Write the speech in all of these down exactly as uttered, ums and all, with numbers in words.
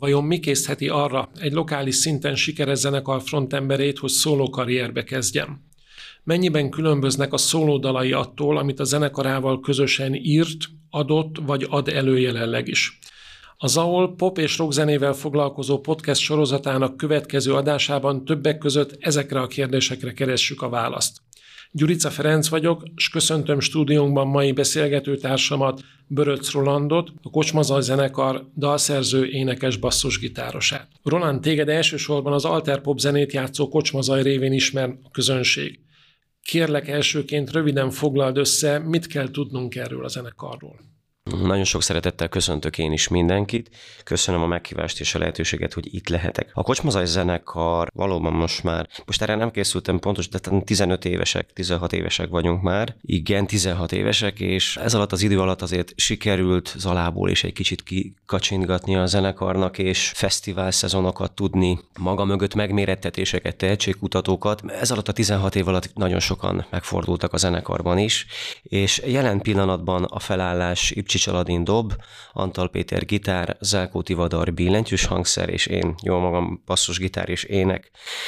Vajon mi készheti arra egy lokális szinten sikeres zenekar frontemberét, hogy szóló karrierbe kezdjen? Mennyiben különböznek a szólódalai attól, amit a zenekarával közösen írt, adott vagy ad elő jelenleg is? A Zaol pop és rock zenével foglalkozó podcast sorozatának következő adásában többek között ezekre a kérdésekre keressük a választ. Gyurica Ferenc vagyok, és köszöntöm stúdiónkban mai beszélgetőtársamat, Böröcz Rolandot, a Kocsmazaj zenekar dalszerző, énekes, basszusgitárosát. Roland, téged elsősorban az alterpop zenét játszó Kocsmazaj révén ismer a közönség. Kérlek elsőként röviden foglald össze, mit kell tudnunk erről a zenekarról. Nagyon sok szeretettel köszöntök én is mindenkit. Köszönöm a meghívást és a lehetőséget, hogy itt lehetek. A Kocsmazaj zenekar valóban most már, most erre nem készültem pontos, de tizenöt évesek, tizenhat évesek vagyunk már. Igen, tizenhat évesek, és ez alatt az idő alatt azért sikerült Zalából is egy kicsit kikacsintgatni a zenekarnak, és fesztivál szezonokat tudni, maga mögött megmérettetéseket, tehetségkutatókat. Ez alatt a tizenhat év alatt nagyon sokan megfordultak a zenekarban is, és jelen pillanatban a felállás Ipcsics Aladin dob, Antal Péter gitár, Zelkó Tivadar billentyűs hangszer, és én, jól magam, basszusgitár és ének.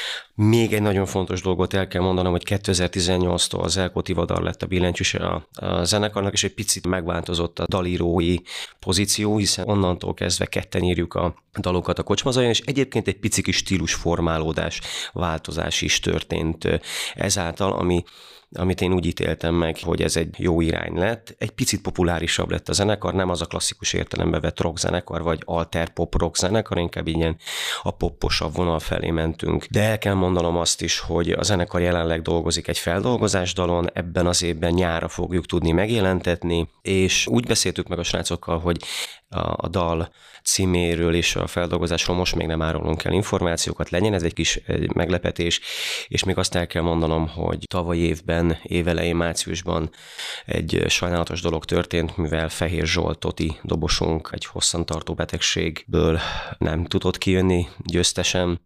Még egy nagyon fontos dolgot el kell mondanom, hogy kétezer-tizennyolctól az Zelkó Tivadar lett a billentyűs a, a zenekarnak, és egy picit megváltozott a dalírói pozíció, hiszen onnantól kezdve ketten írjuk a dalokat a Kocsmazajon, és egyébként egy pici kis stílusformálódás, változás is történt ezáltal, ami amit én úgy ítéltem meg, hogy ez egy jó irány lett. Egy picit populárisabb lett a zenekar, nem az a klasszikus értelembe vett rock zenekar, vagy alter pop rock zenekar, inkább ilyen a popposabb vonal felé mentünk. De el kell mondanom azt is, hogy a zenekar jelenleg dolgozik egy feldolgozás dalon, ebben az évben nyárra fogjuk tudni megjelentetni, és úgy beszéltük meg a srácokkal, hogy a, a dal címéről és a feldolgozásról most még nem árulunk el információkat, legyen ez egy kis egy meglepetés, és még azt el kell mondanom, hogy tavaly évben, évelején, márciusban egy sajnálatos dolog történt, mivel Fehér Zsolt Toti dobosunk egy hosszantartó betegségből nem tudott kijönni győztesen,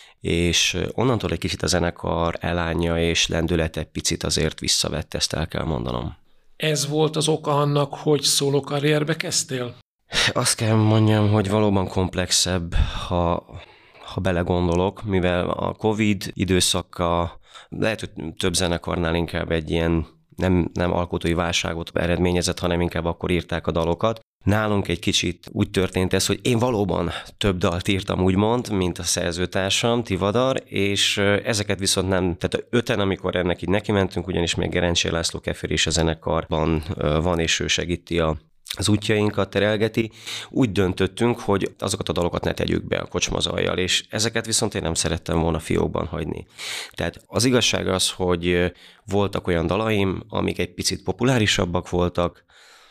és onnantól egy kicsit a zenekar elánya és lendülete picit azért visszavett, ezt el kell mondanom. Ez volt az oka annak, hogy szóló karrierbe kezdtél? Azt kell mondjam, hogy valóban komplexebb, ha, ha belegondolok, mivel a Covid időszaka lehet, hogy több zenekarnál inkább egy ilyen nem, nem alkotói válságot eredményezett, hanem inkább akkor írták a dalokat. Nálunk egy kicsit úgy történt ez, hogy én valóban több dalt írtam úgymond, mint a szerzőtársam, Tivadar, és ezeket viszont nem, tehát öten, amikor ennek így neki mentünk, ugyanis még Gerencsér László Kefér is a zenekarban van, és ő segíti a az útjainkat terelgeti, úgy döntöttünk, hogy azokat a dalokat ne tegyük be a Kocsmazajjal, és ezeket viszont én nem szerettem volna fiókban hagyni. Tehát az igazság az, hogy voltak olyan dalaim, amik egy picit populárisabbak voltak,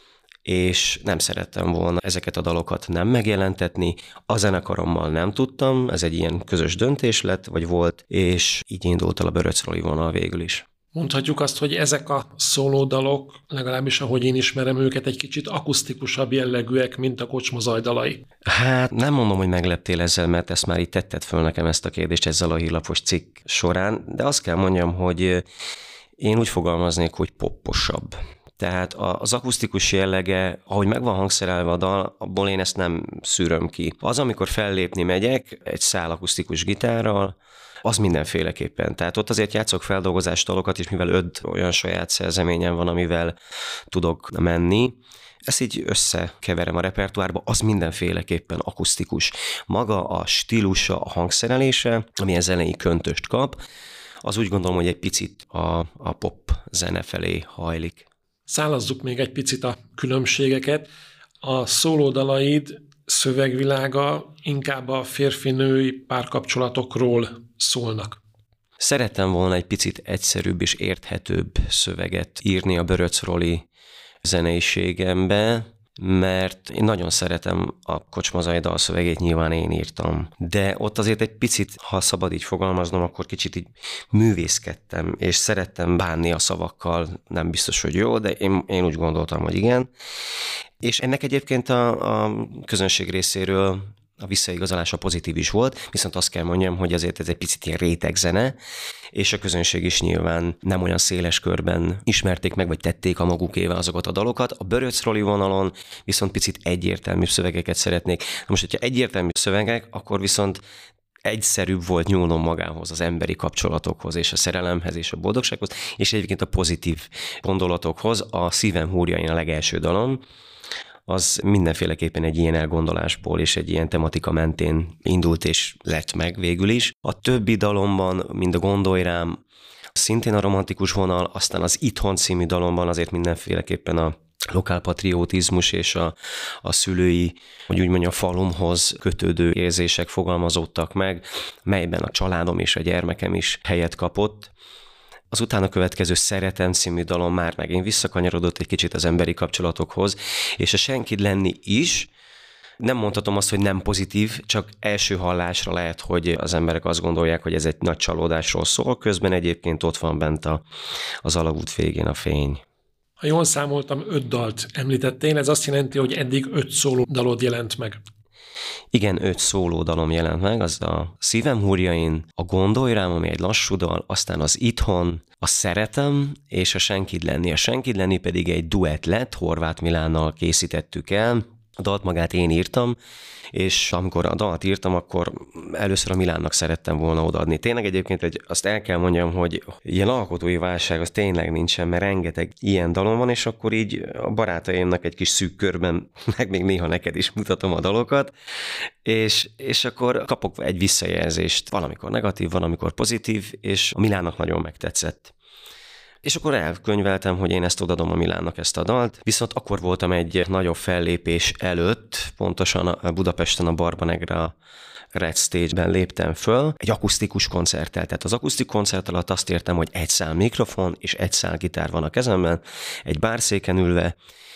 és nem szerettem volna ezeket a dalokat nem megjelentetni. A zenekarommal nem tudtam, ez egy ilyen közös döntés lett, vagy volt, és így indult el a Böröcz Roli vonal végül is. Mondhatjuk azt, hogy ezek a szólódalok, legalábbis ahogy én ismerem őket, egy kicsit akusztikusabb jellegűek, mint a Kocsmazaj dalai. Hát nem mondom, hogy megleptél ezzel, mert ezt már itt tetted föl nekem ezt a kérdést ezzel a hírlapos cikk során, de azt kell mondjam, hogy én úgy fogalmaznék, hogy popposabb. Tehát az akusztikus jellege, ahogy meg van hangszerelve a dal, abból én ezt nem szűröm ki. Az, amikor fellépni megyek egy szál akusztikus gitárral, az mindenféleképpen. Tehát ott azért játszok feldolgozás dalokat is, mivel öt olyan saját szerzeményem van, amivel tudok menni. Ezt így összekeverem a repertoárba, az mindenféleképpen akusztikus. Maga a stílusa, a hangszerelése, amilyen zenei köntöst kap, az úgy gondolom, hogy egy picit a, a pop zene felé hajlik. Szállazzuk még egy picit a különbségeket. A szólódalaid szövegvilága inkább a férfi-női párkapcsolatokról szólnak. Szerettem volna egy picit egyszerűbb és érthetőbb szöveget írni a Böröcz Roli zeneiségembe, mert én nagyon szeretem a Kocsmazaj dalszövegét, nyilván én írtam. De ott azért egy picit, ha szabad így fogalmaznom, akkor kicsit így művészkedtem, és szerettem bánni a szavakkal, nem biztos, hogy jó, de én, én úgy gondoltam, hogy igen. És ennek egyébként a, a közönség részéről a visszaigazolása pozitív is volt, viszont azt kell mondjam, hogy azért ez egy picit ilyen rétegzene, és a közönség is nyilván nem olyan széles körben ismerték meg, vagy tették a magukével azokat a dalokat. A Böröc Roli vonalon viszont picit egyértelműbb szövegeket szeretnék. Most, hogyha egyértelmű szövegek, akkor viszont egyszerűbb volt nyúlnom magához, az emberi kapcsolatokhoz, és a szerelemhez, és a boldogsághoz, és egyébként a pozitív gondolatokhoz. A Szívem húrjain a legelső dalom, az mindenféleképpen egy ilyen elgondolásból és egy ilyen tematika mentén indult és lett meg végül is. A többi dalomban, mind a Gondolj rám, szintén a romantikus vonal, aztán az Itthon című dalomban azért mindenféleképpen a lokálpatriotizmus és a, a szülői, hogy úgy mondjam, falumhoz kötődő érzések fogalmazódtak meg, melyben a családom és a gyermekem is helyet kapott. Az utána következő Szeretem című dalom már megint visszakanyarodott egy kicsit az emberi kapcsolatokhoz, és a Senkid lenni is, nem mondhatom azt, hogy nem pozitív, csak első hallásra lehet, hogy az emberek azt gondolják, hogy ez egy nagy csalódásról szól, közben egyébként ott van bent a, az alagút végén a fény. Ha jól számoltam, öt dalt említettél, ez azt jelenti, hogy eddig öt szóló dalod jelent meg. Igen, öt szóló dalom jelent meg, az a Szívem húrjain, a Gondolj rám, ami egy lassú dal, aztán az Itthon, a Szeretem és a Senkid lenni. A Senkid lenni pedig egy duett lett, Horváth Milánnal készítettük el. A dalt magát én írtam, és amikor a dalt írtam, akkor először a Milánnak szerettem volna odaadni. Tényleg egyébként egy, azt el kell mondjam, hogy ilyen alkotói válság az tényleg nincsen, mert rengeteg ilyen dalom van, és akkor így a barátaimnak egy kis szűk körben, meg még néha neked is mutatom a dalokat, és, és akkor kapok egy visszajelzést, valamikor negatív, valamikor pozitív, és a Milánnak nagyon megtetszett. És akkor elkönyveltem, hogy én ezt odadom a Milánnak ezt a dalt, viszont akkor voltam egy nagyobb fellépés előtt, pontosan a Budapesten a Barba Negra Red Stage-ben léptem föl, egy akusztikus koncerttel. Tehát az akusztikus koncert alatt azt értem, hogy egy szál mikrofon és egy szál gitár van a kezemben, egy bárszéken ülve,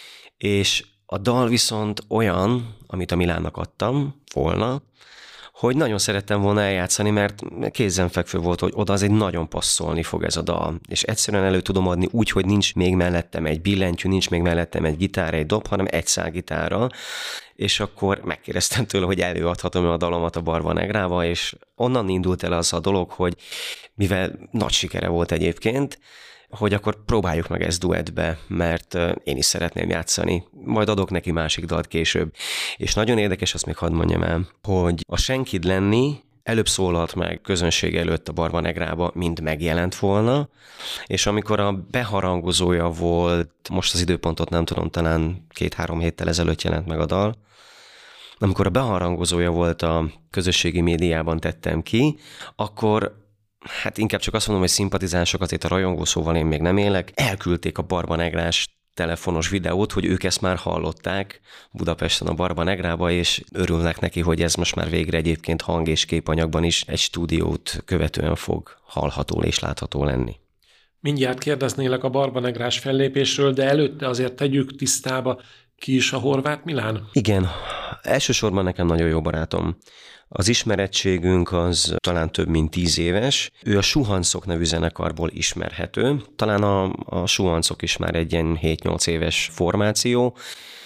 és a dal viszont olyan, amit a Milánnak adtam volna, hogy nagyon szerettem volna eljátszani, mert kézenfekvő volt, hogy oda az egy nagyon passzolni fog ez a dal. És egyszerűen elő tudom adni úgy, hogy nincs még mellettem egy billentyű, nincs még mellettem egy gitár, egy dob, hanem egy szál gitárral. És akkor megkérdeztem tőle, hogy előadhatom a dalomat a Barba Negrával, és onnan indult el az a dolog, hogy mivel nagy sikere volt egyébként, hogy akkor próbáljuk meg ezt duettbe, mert én is szeretném játszani, majd adok neki másik dalt később. És nagyon érdekes, azt még hadd mondjam el, hogy a Senkid lenni előbb szólalt meg közönség előtt a Barba Negrába, mint megjelent volna, és amikor a beharangozója volt, most az időpontot nem tudom, talán két-három héttel ezelőtt jelent meg a dal, amikor a beharangozója volt a közösségi médiában tettem ki, akkor hát inkább csak azt mondom, hogy szimpatizánsok, azért a rajongó szóval én még nem élek, elküldték a Barba Negrás telefonos videót, hogy ők ezt már hallották Budapesten a Barba Negrába, és örülnek neki, hogy ez most már végre egyébként hang- és képanyagban is egy stúdiót követően fog hallható és látható lenni. Mindjárt kérdeznélek a Barba Negrás fellépésről, de előtte azért tegyük tisztába, ki is a Horváth Milán? Igen, elsősorban nekem nagyon jó barátom. Az ismerettségünk az talán több mint tíz éves. Ő a Suhancok nevű zenekarból ismerhető. Talán a, a Suhancok is már egy ilyen hét-nyolc éves formáció,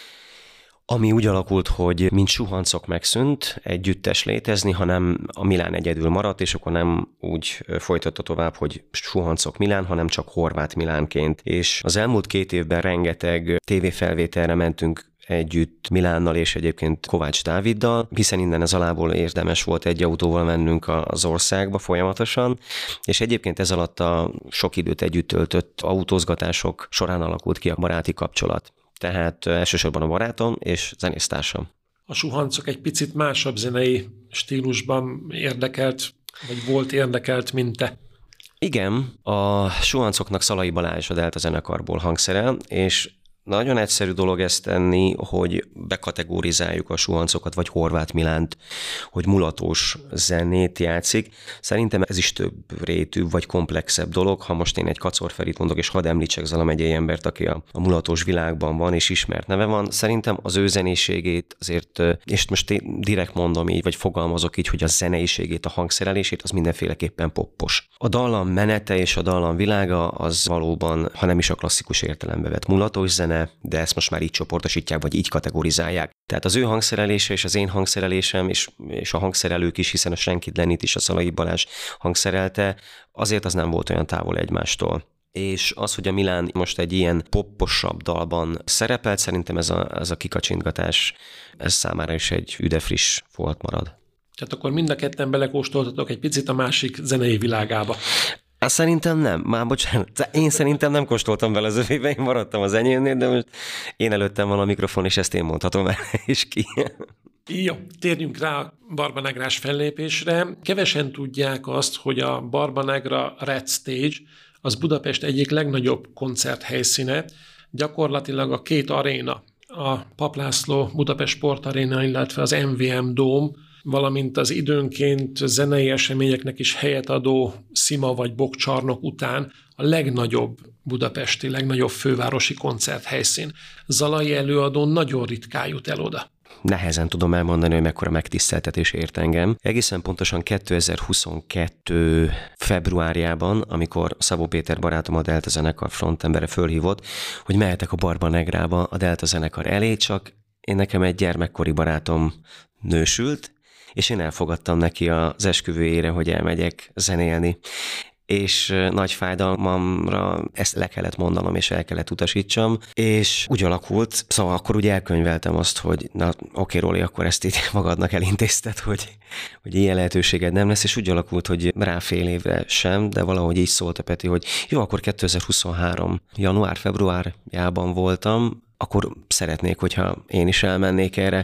ami úgy alakult, hogy mint Suhancok megszűnt együttes létezni, hanem a Milán egyedül maradt, és akkor nem úgy folytatta tovább, hogy Suhancok Milán, hanem csak Horváth Milánként. És az elmúlt két évben rengeteg tévéfelvételre mentünk együtt Milánnal és egyébként Kovács Dáviddal, hiszen innen ez alából érdemes volt egy autóval mennünk az országba folyamatosan, és egyébként ez alatt a sok időt együtt töltött autózgatások során alakult ki a baráti kapcsolat. Tehát elsősorban a barátom és zenésztársam. A Suhancok egy picit másabb zenei stílusban érdekelt, vagy volt érdekelt, mint te. Igen, a Suhancoknak Szalai Balázs a Delta zenekarból hangszerel, és nagyon egyszerű dolog ezt tenni, hogy bekategorizáljuk a Suhancokat, vagy Horváth Milánt, hogy mulatós zenét játszik. Szerintem ez is több rétű, vagy komplexebb dolog. Ha most én egy Kacor Ferit mondok, és hadd említsek Zala megyei embert, aki a, a mulatós világban van, és ismert neve van, szerintem az ő zenéségét azért, és most én direkt mondom így, vagy fogalmazok így, hogy a zeneiségét, a hangszerelését, az mindenféleképpen poppos. A dallam menete és a dallam világa az valóban, ha nem is a klasszikus értelembe vett mulatós zene, zene, de ezt most már így csoportosítják, vagy így kategorizálják. Tehát az ő hangszerelése és az én hangszerelésem, és, és a hangszerelők is, hiszen a Senkid Lenit is a Szalai Balázs hangszerelte, azért az nem volt olyan távol egymástól. És az, hogy a Milán most egy ilyen popposabb dalban szerepelt, szerintem ez a, ez a kikacsintgatás, ez számára is egy üdefriss volt marad. Tehát akkor mind a ketten belekóstoltatok egy picit a másik zenei világába. Hát szerintem nem. Már bocsánat, én szerintem nem kóstoltam bele az övébe, én maradtam az enyémnél, de most én előttem van a mikrofon, és ezt én mondhatom el is ki. Jó, térjünk rá a Barbanegrás fellépésre. Kevesen tudják azt, hogy a Barbanegra Red Stage az Budapest egyik legnagyobb koncerthelyszíne, gyakorlatilag a két aréna, a Papp László Budapest Sportaréna, illetve az em vé em Dome, valamint az időnként zenei eseményeknek is helyet adó Szima vagy Bokcsarnok után a legnagyobb budapesti, legnagyobb fővárosi koncerthelyszín. Zalai előadó nagyon ritkán jut el oda. Nehezen tudom elmondani, hogy mekkora megtiszteltetés ért engem. Egészen pontosan kétezer-huszonkettő februárjában, amikor Szabó Péter barátom, a Delta zenekar frontembere fölhívott, hogy mehetek a Barbanegrába a Delta zenekar elé, csak én nekem egy gyermekkori barátom nősült, és én elfogadtam neki az esküvőjére, hogy elmegyek zenélni. És nagy fájdalmamra ezt le kellett mondanom, és el kellett utasítsam, és úgy alakult, szóval akkor úgy elkönyveltem azt, hogy na oké, Róli, akkor ezt így magadnak elintézted, hogy, hogy ilyen lehetőséged nem lesz, és úgy alakult, hogy rá fél évre sem, de valahogy így szólt a Peti, hogy jó, akkor kétezer-huszonhárom január-februárjában voltam, akkor szeretnék, hogyha én is elmennék erre,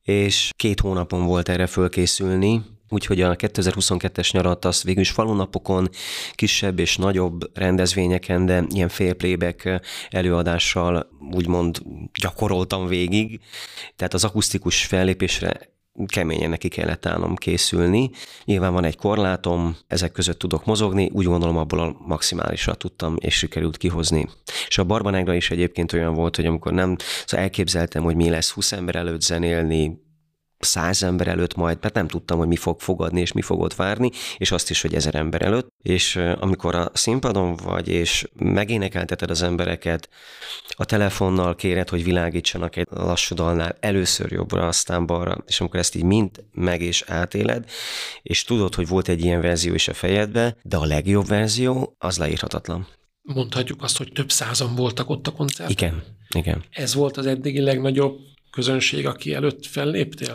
és két hónapon volt erre fölkészülni, úgyhogy a kétezer-huszonkettes nyarat azt végül is falunapokon, kisebb és nagyobb rendezvényeken, de ilyen félplayback előadással úgymond gyakoroltam végig, tehát az akusztikus fellépésre keményen neki kellett állnom készülni. Nyilván van egy korlátom, ezek között tudok mozogni, úgy gondolom abból a maximálisra tudtam, és sikerült kihozni. És a Barbanegra is egyébként olyan volt, hogy amikor nem, szóval elképzeltem, hogy mi lesz húsz ember előtt zenélni, száz ember előtt majd, mert nem tudtam, hogy mi fog fogadni, és mi fog ott várni, és azt is, hogy ezer ember előtt. És amikor a színpadon vagy, és megénekelteted az embereket, a telefonnal kéred, hogy világítsanak egy lassú dalnál először jobbra, aztán balra, és amikor ezt így mind meg és átéled, és tudod, hogy volt egy ilyen verzió is a fejedbe, de a legjobb verzió az leírhatatlan. Mondhatjuk azt, hogy több százan voltak ott a koncerten? Igen, igen. Ez volt az eddigi legnagyobb közönség, aki előtt felléptél?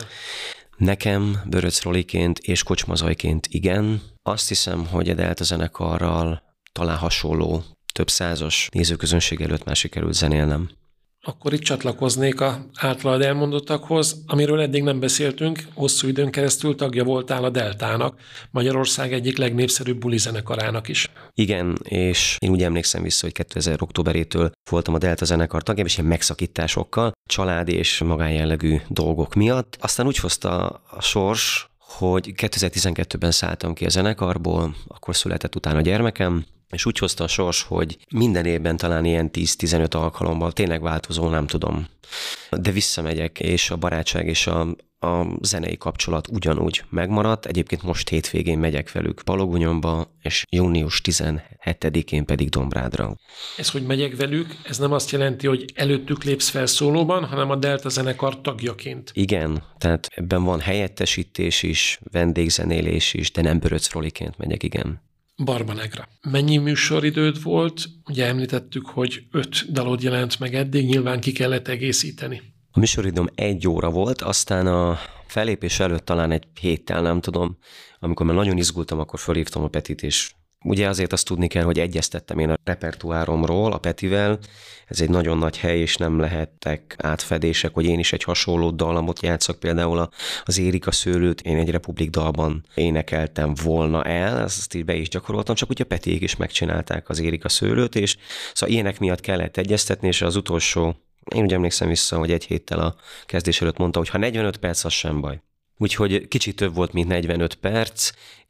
Nekem Böröc Roliként és Kocsmazajként igen. Azt hiszem, hogy a Delta zenekarral talán hasonló, több százas nézőközönség előtt már sikerült zenélnem. Akkor itt csatlakoznék a általad elmondottakhoz, amiről eddig nem beszéltünk, hosszú időn keresztül tagja voltál a Deltának, Magyarország egyik legnépszerűbb buli zenekarának is. Igen, és én úgy emlékszem vissza, hogy kétezer októberétől voltam a Delta zenekar tagja, és ilyen megszakításokkal, családi és magánjellegű dolgok miatt. Aztán úgy hozta a sors, hogy kétezer-tizenkettőben szálltam ki a zenekarból, akkor született utána a gyermekem, és úgy hozta a sors, hogy minden évben talán ilyen tíz-tizenöt alkalommal, tényleg változó, nem tudom. De visszamegyek, és a barátság és a, a zenei kapcsolat ugyanúgy megmaradt. Egyébként most hétvégén megyek velük Balogunyomba, és június tizenhetedikén pedig Dombrádra. Ez, hogy megyek velük, ez nem azt jelenti, hogy előttük lépsz fel szólóban, hanem a Delta zenekar tagjaként. Igen, tehát ebben van helyettesítés is, vendégzenélés is, de nem Böröc Roliként megyek, igen. Barbanegra. Mennyi műsoridőd volt? Ugye említettük, hogy öt dalod jelent meg eddig, nyilván ki kellett egészíteni. A műsoridőm egy óra volt, aztán a fellépés előtt talán egy héttel, nem tudom, amikor már nagyon izgultam, akkor fölhívtam a Petit, és ugye azért azt tudni kell, hogy egyeztettem én a repertoáromról a Petivel, ez egy nagyon nagy hely, és nem lehettek átfedések, hogy én is egy hasonló dallamot játszak, például az Érik a szőlőt, én egy Republik dalban énekeltem volna el, ezt így be is gyakoroltam, csak úgy a Petiék is megcsinálták az Érik a szőlőt, és szóval ilyenek miatt kellett egyeztetni, és az utolsó, én úgy emlékszem vissza, hogy egy héttel a kezdés előtt mondta, hogy ha negyvenöt perc, az sem baj. Úgyhogy kicsit több volt, mint negyvenöt perc,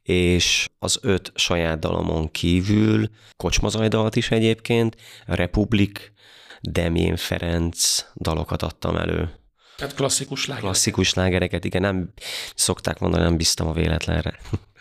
és az öt saját dalomon kívül, Kocsmazaj dalt is egyébként, Republik, Demjén Ferenc dalokat adtam elő. Tehát klasszikus slágereket. Klasszikus slágereket, igen, nem szokták mondani, nem bíztam a véletlenre.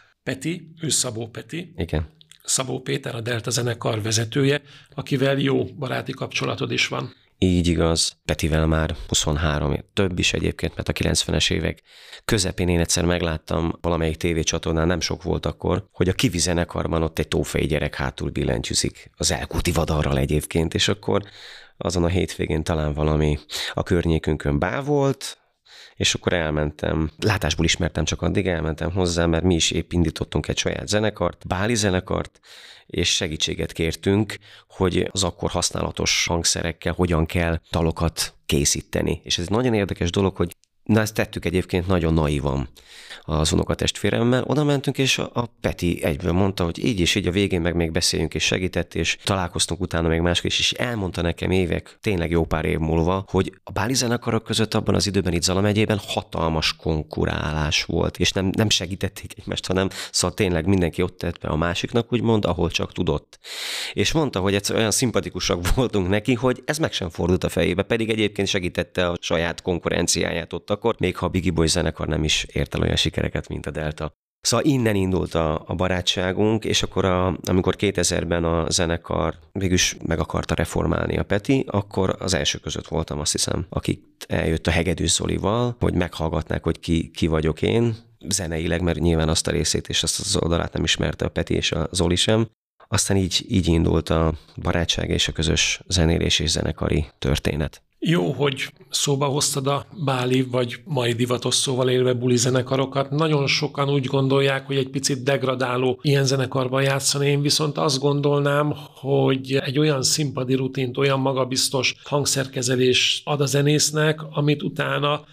Peti, ő Szabó Peti. Igen. Szabó Péter, a Delta zenekar vezetője, akivel jó baráti kapcsolatod is van. Így igaz. Petivel már huszonhárom, több is egyébként, mert a kilencvenes évek közepén én egyszer megláttam valamelyik tévécsatornán, nem sok volt akkor, hogy a Kivi zenekarban ott egy tófej gyerek hátul billentyűzik, az Elkúti Vadarral egyébként, és akkor azon a hétvégén talán valami a környékünkön bá volt, és akkor elmentem, látásból ismertem, csak addig elmentem hozzá, mert mi is épp indítottunk egy saját zenekart, báli zenekart, és segítséget kértünk, hogy az akkor használatos hangszerekkel hogyan kell dalokat készíteni. És ez egy nagyon érdekes dolog, hogy na ezt tettük egyébként nagyon naívan az unokatestvéremmel. Oda mentünk, és a, a Peti egyből mondta, hogy így és így a végén meg még beszéljünk, és segített, és találkoztunk utána még máskor is, és elmondta nekem évek, tényleg jó pár év múlva, hogy a báli zenekarok között abban az időben itt Zala megyében hatalmas konkurálás volt, és nem, nem segítették egymást, hanem szóval tényleg mindenki ott tett be a másiknak, úgymond, ahol csak tudott. És mondta, hogy egyszer olyan szimpatikusak voltunk neki, hogy ez meg sem fordult a fejébe, pedig egyébként segítette a saját konkurenciáját ott akkor, még ha a Biggie Boy zenekar nem is ért el olyan sikereket, mint a Delta. Szóval innen indult a, a barátságunk, és akkor a, amikor kétezerben a zenekar végülis meg akarta reformálni a Peti, akkor az első között voltam, azt hiszem, akik eljött a Hegedűs Zolival, hogy meghallgatnák, hogy ki, ki vagyok én, zeneileg, mert nyilván azt a részét és azt az oldalát nem ismerte a Peti és a Zoli sem. Aztán így, így indult a barátság és a közös zenélés és zenekari történet. Jó, hogy szóba hoztad a báli, vagy mai divatos szóval élve buli zenekarokat. Nagyon sokan úgy gondolják, hogy egy picit degradáló ilyen zenekarban játszani. Én viszont azt gondolnám, hogy egy olyan színpadi rutint, olyan magabiztos hangszerkezelés ad a zenésznek, amit utána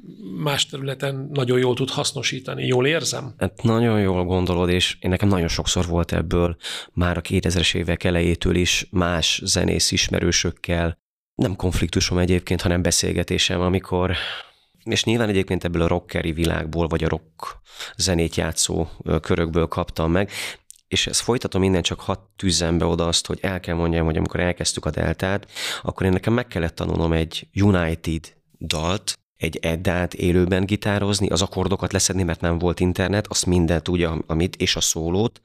más területen nagyon jól tud hasznosítani. Jól érzem? Hát nagyon jól gondolod, és én nekem nagyon sokszor volt ebből már a kétezres évek elejétől is más zenész ismerősökkel. Nem konfliktusom egyébként, hanem beszélgetésem, amikor, és nyilván egyébként ebből a rockeri világból, vagy a rock zenét játszó körökből kaptam meg, és ezt folytatom innen, csak hadd tűzzem be oda azt, hogy el kell mondjam, hogy amikor elkezdtük a Deltát, akkor én nekem meg kellett tanulnom egy United dalt, egy Eddát élőben gitározni, az akkordokat leszedni, mert nem volt internet, azt mindent úgy, amit, és a szólót,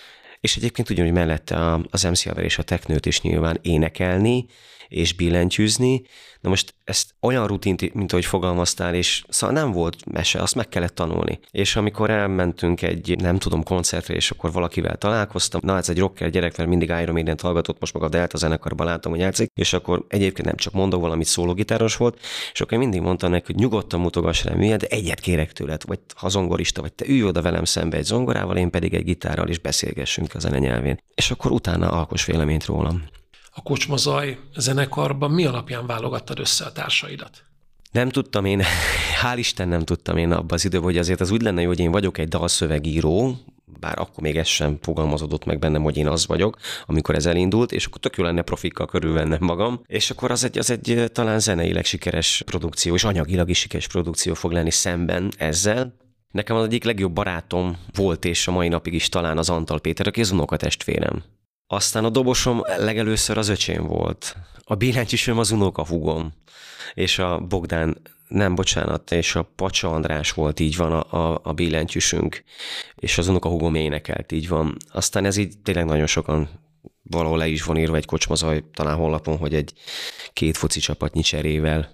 és egyébként ugyanúgy mellette az em cé Haver és a teknőt is nyilván énekelni, és billentyűzni. Na most ezt olyan rutint, mint ahogy fogalmaztál, és szóval nem volt mese, azt meg kellett tanulni. És amikor elmentünk egy, nem tudom, koncertre, és akkor valakivel találkoztam, na ez egy rocker gyerek, mert mindig Iron Maiden-t hallgatott, most meg a Delta zenekarban látom, hogy játszik, és akkor egyébként nem csak mondok valamit, szólógitáros volt, és akkor mindig mondtam neki, hogy nyugodtan mutogass rá művet, de egyet kérek tőled, vagy ha zongorista, vagy te ülj oda velem szembe egy zongorával, én pedig egy gitárral, és beszélgessünk a zene nyelvén. És akkor utána alkos véleményt rólam. A Kocsma Zaj zenekarban mi alapján válogattad össze a társaidat? Nem tudtam én, hál' Isten nem tudtam én abban az időben, hogy azért az úgy lenne jó, hogy én vagyok egy dalszövegíró, bár akkor még ez sem fogalmazódott meg bennem, hogy én az vagyok, amikor ez elindult, és akkor tök jó lenne profikkal körülvennem magam, és akkor az egy, az egy talán zeneileg sikeres produkció, és anyagilag is sikeres produkció fog lenni szemben ezzel. Nekem az egyik legjobb barátom volt, és a mai napig is talán az Antal Péter, aki az unokatestvérem. Aztán a dobosom legelőször az öcsém volt. A billentyűsöm az unokahúgom. És a Bogdán, nem, bocsánat, és a Pacsa András volt, így van a, a, a billentyűsünk. És az unokahúgom énekelt, így van. Aztán ez így tényleg nagyon sokan valahol le is van írva egy Kocsma Zaj, talán honlapon, hogy egy két foci csapatnyi cserével,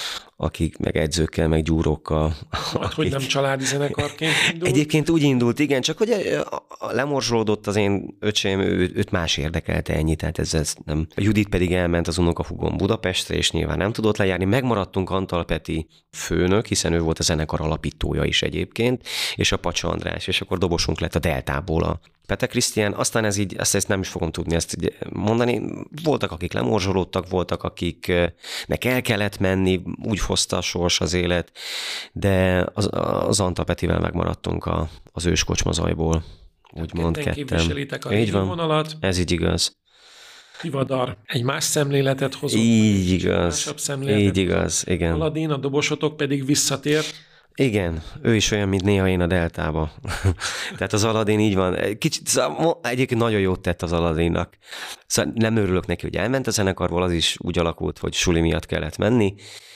akik meg edzőkkel, meg gyúrókkal. Hát, akik... hogy nem családi zenekarként indult? Egyébként úgy indult, igen, csak hogy lemorzsolódott az én öcsém, ő, őt más érdekelte ennyi, tehát ez, ez nem. A Judit pedig elment az unokahúgom Budapestre, és nyilván nem tudott lejárni. Megmaradtunk Antal Peti főnök, hiszen ő volt a zenekar alapítója is egyébként, és a Pacsa András, és akkor dobosunk lett a Deltából a Pete Krisztián, aztán ez így, ezt, ezt nem is fogom tudni ezt így mondani. Voltak, akik lemorzsolódtak, voltak, akiknek el kellett menni, úgy hozta a sors az élet, de az, az Antal Petivel megmaradtunk a, az ős Kocsma Zajból, úgymond ketten. Képviselitek a így van, vonalat. Ez így igaz. Tivadar egy más szemléletet hozott. Így igaz, így igaz, igen. Aladin, a dobosotok pedig visszatért. Igen, ő is olyan, mint néha én a Deltába. Tehát az Aladin így van. Kicsit, szóval egyébként nagyon jót tett az Aladinnak. Szóval nem örülök neki, hogy elment a zenekarból, az is úgy alakult, hogy suli miatt kellett menni,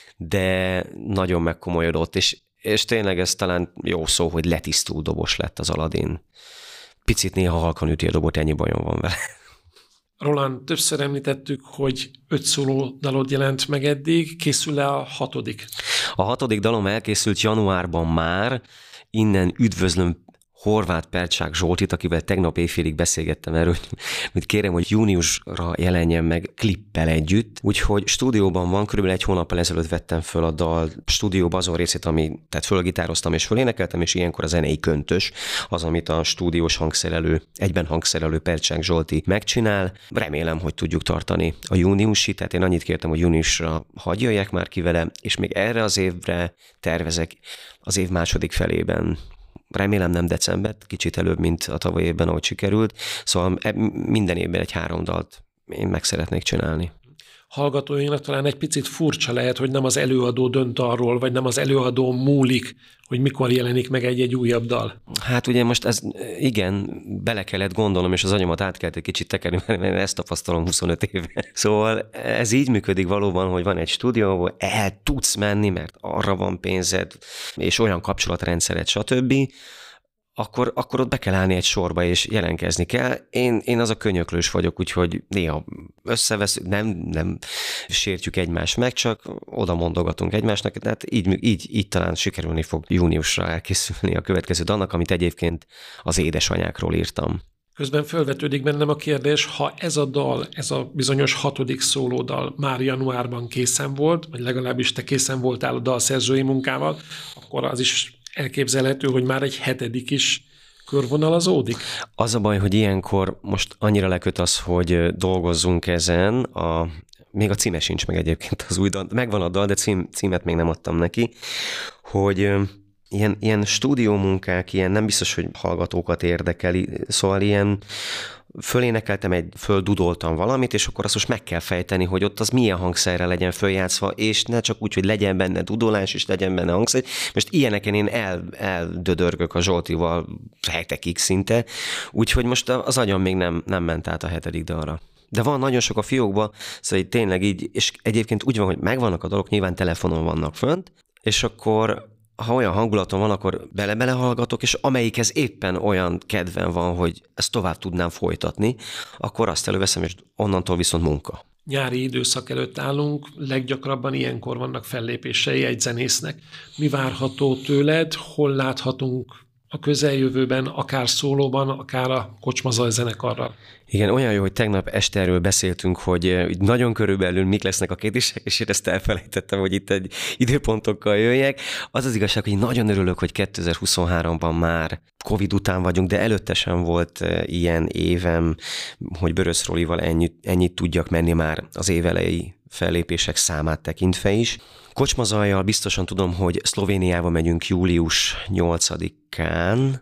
de nagyon megkomolyodott, és, és tényleg ez talán jó szó, hogy letisztult dobos lett az Aladin. Picit néha halkan üti a dobot, ennyi bajom van vele. Roland, többször említettük, hogy öt szóló dalod jelent meg eddig, készül-e a hatodik? A hatodik dalom elkészült januárban már, innen üdvözlöm Horváth Percsák Zsoltit, akivel tegnap éjfélig beszélgettem erről, hogy kérem, hogy júniusra jelenjen meg klippel együtt. Úgyhogy stúdióban van, körülbelül egy hónappal ezelőtt vettem föl a dal stúdióba azon részét, ami, tehát fölgitároztam és fölénekeltem, és ilyenkor a zenei köntös, az, amit a stúdiós hangszerelő, egyben hangszerelő Percsák Zsolti megcsinál. Remélem, hogy tudjuk tartani a júniusi, tehát én annyit kértem, hogy júniusra hadd jöjjek már ki vele, és még erre az évre tervezek az év második felében. Remélem nem december, kicsit előbb, mint a tavaly évben, ahogy sikerült. Szóval minden évben egy három dalt én meg szeretnék csinálni. Hallgatóinknak talán egy picit furcsa lehet, hogy nem az előadó dönt arról, vagy nem az előadó múlik, hogy mikor jelenik meg egy-egy újabb dal. Hát ugye most ez igen, bele kellett gondolnom, és az agyamat át kellett egy kicsit tekerni, mert én ezt tapasztalom huszonöt éve. Szóval ez így működik valóban, hogy van egy stúdió, ahol el tudsz menni, mert arra van pénzed, és olyan kapcsolatrendszered, stb., Akkor, akkor ott be kell állni egy sorba, és jelenkezni kell. Én, én az a könyöklős vagyok, úgyhogy néha összeveszünk, nem, nem sértjük egymást meg, csak oda mondogatunk egymásnak, tehát így, így, így talán sikerülni fog júniusra elkészülni a következő dalnak, amit egyébként az édesanyákról írtam. Közben felvetődik bennem a kérdés, ha ez a dal, ez a bizonyos hatodik szólódal már januárban készen volt, vagy legalábbis te készen voltál a dalszerzői munkával, akkor az is elképzelhető, hogy már egy hetedik is körvonalazódik? Az a baj, hogy ilyenkor most annyira leköt az, hogy dolgozzunk ezen, a, még a címe sincs meg egyébként az új dal, megvan a dal, de cím, címet még nem adtam neki, hogy ilyen, ilyen stúdiómunkák, ilyen nem biztos, hogy hallgatókat érdekeli, szóval ilyen fölénekeltem, egy, földudoltam valamit, és akkor azt most meg kell fejteni, hogy ott az milyen hangszerre legyen följátszva, és ne csak úgy, hogy legyen benne dudolás, és legyen benne hangszer. Most ilyeneken én el, eldödörgök a Zsoltival hetekig szinte, úgyhogy most az agyam még nem, nem ment át a hetedik dalra. De van nagyon sok a fiókban, szóval tényleg így, és egyébként úgy van, hogy megvannak a dolgok, nyilván telefonon vannak fönt, és akkor ha olyan hangulatom van, akkor bele-bele hallgatok, és amelyikhez éppen olyan kedven van, hogy ezt tovább tudnám folytatni, akkor azt előveszem, és onnantól viszont munka. Nyári időszak előtt állunk, leggyakrabban ilyenkor vannak fellépései egy zenésznek. Mi várható tőled, hol láthatunk a közeljövőben, akár szólóban, akár a Kocsmazaj zenekarral? Igen, olyan jó, hogy tegnap este erről beszéltünk, hogy nagyon körülbelül mik lesznek a kérdések, és én ezt elfelejtettem, hogy itt egy időpontokkal jöjjek. Az az igazság, hogy nagyon örülök, hogy kétezer-huszonháromban már Covid után vagyunk, de előtte sem volt ilyen évem, hogy Börös Rolival ennyit, ennyit tudjak menni már az évelei fellépések számát tekintve is. Kocsmazajjal biztosan tudom, hogy Szlovéniába megyünk július nyolcadikán,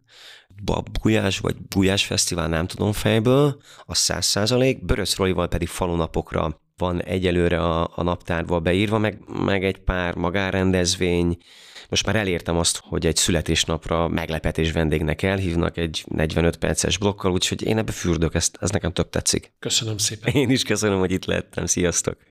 Bujás vagy Bujás Fesztivál, nem tudom fejből, az száz százalék, Börös Rolival pedig falunapokra van egyelőre a, a naptárba beírva, meg, meg egy pár magánrendezvény. Most már elértem azt, hogy egy születésnapra meglepetés vendégnek elhívnak egy negyvenöt perces blokkal, úgyhogy én ebbe fürdök, ezt, ez nekem tök tetszik. Köszönöm szépen. Én is köszönöm, hogy itt lettem. Sziasztok!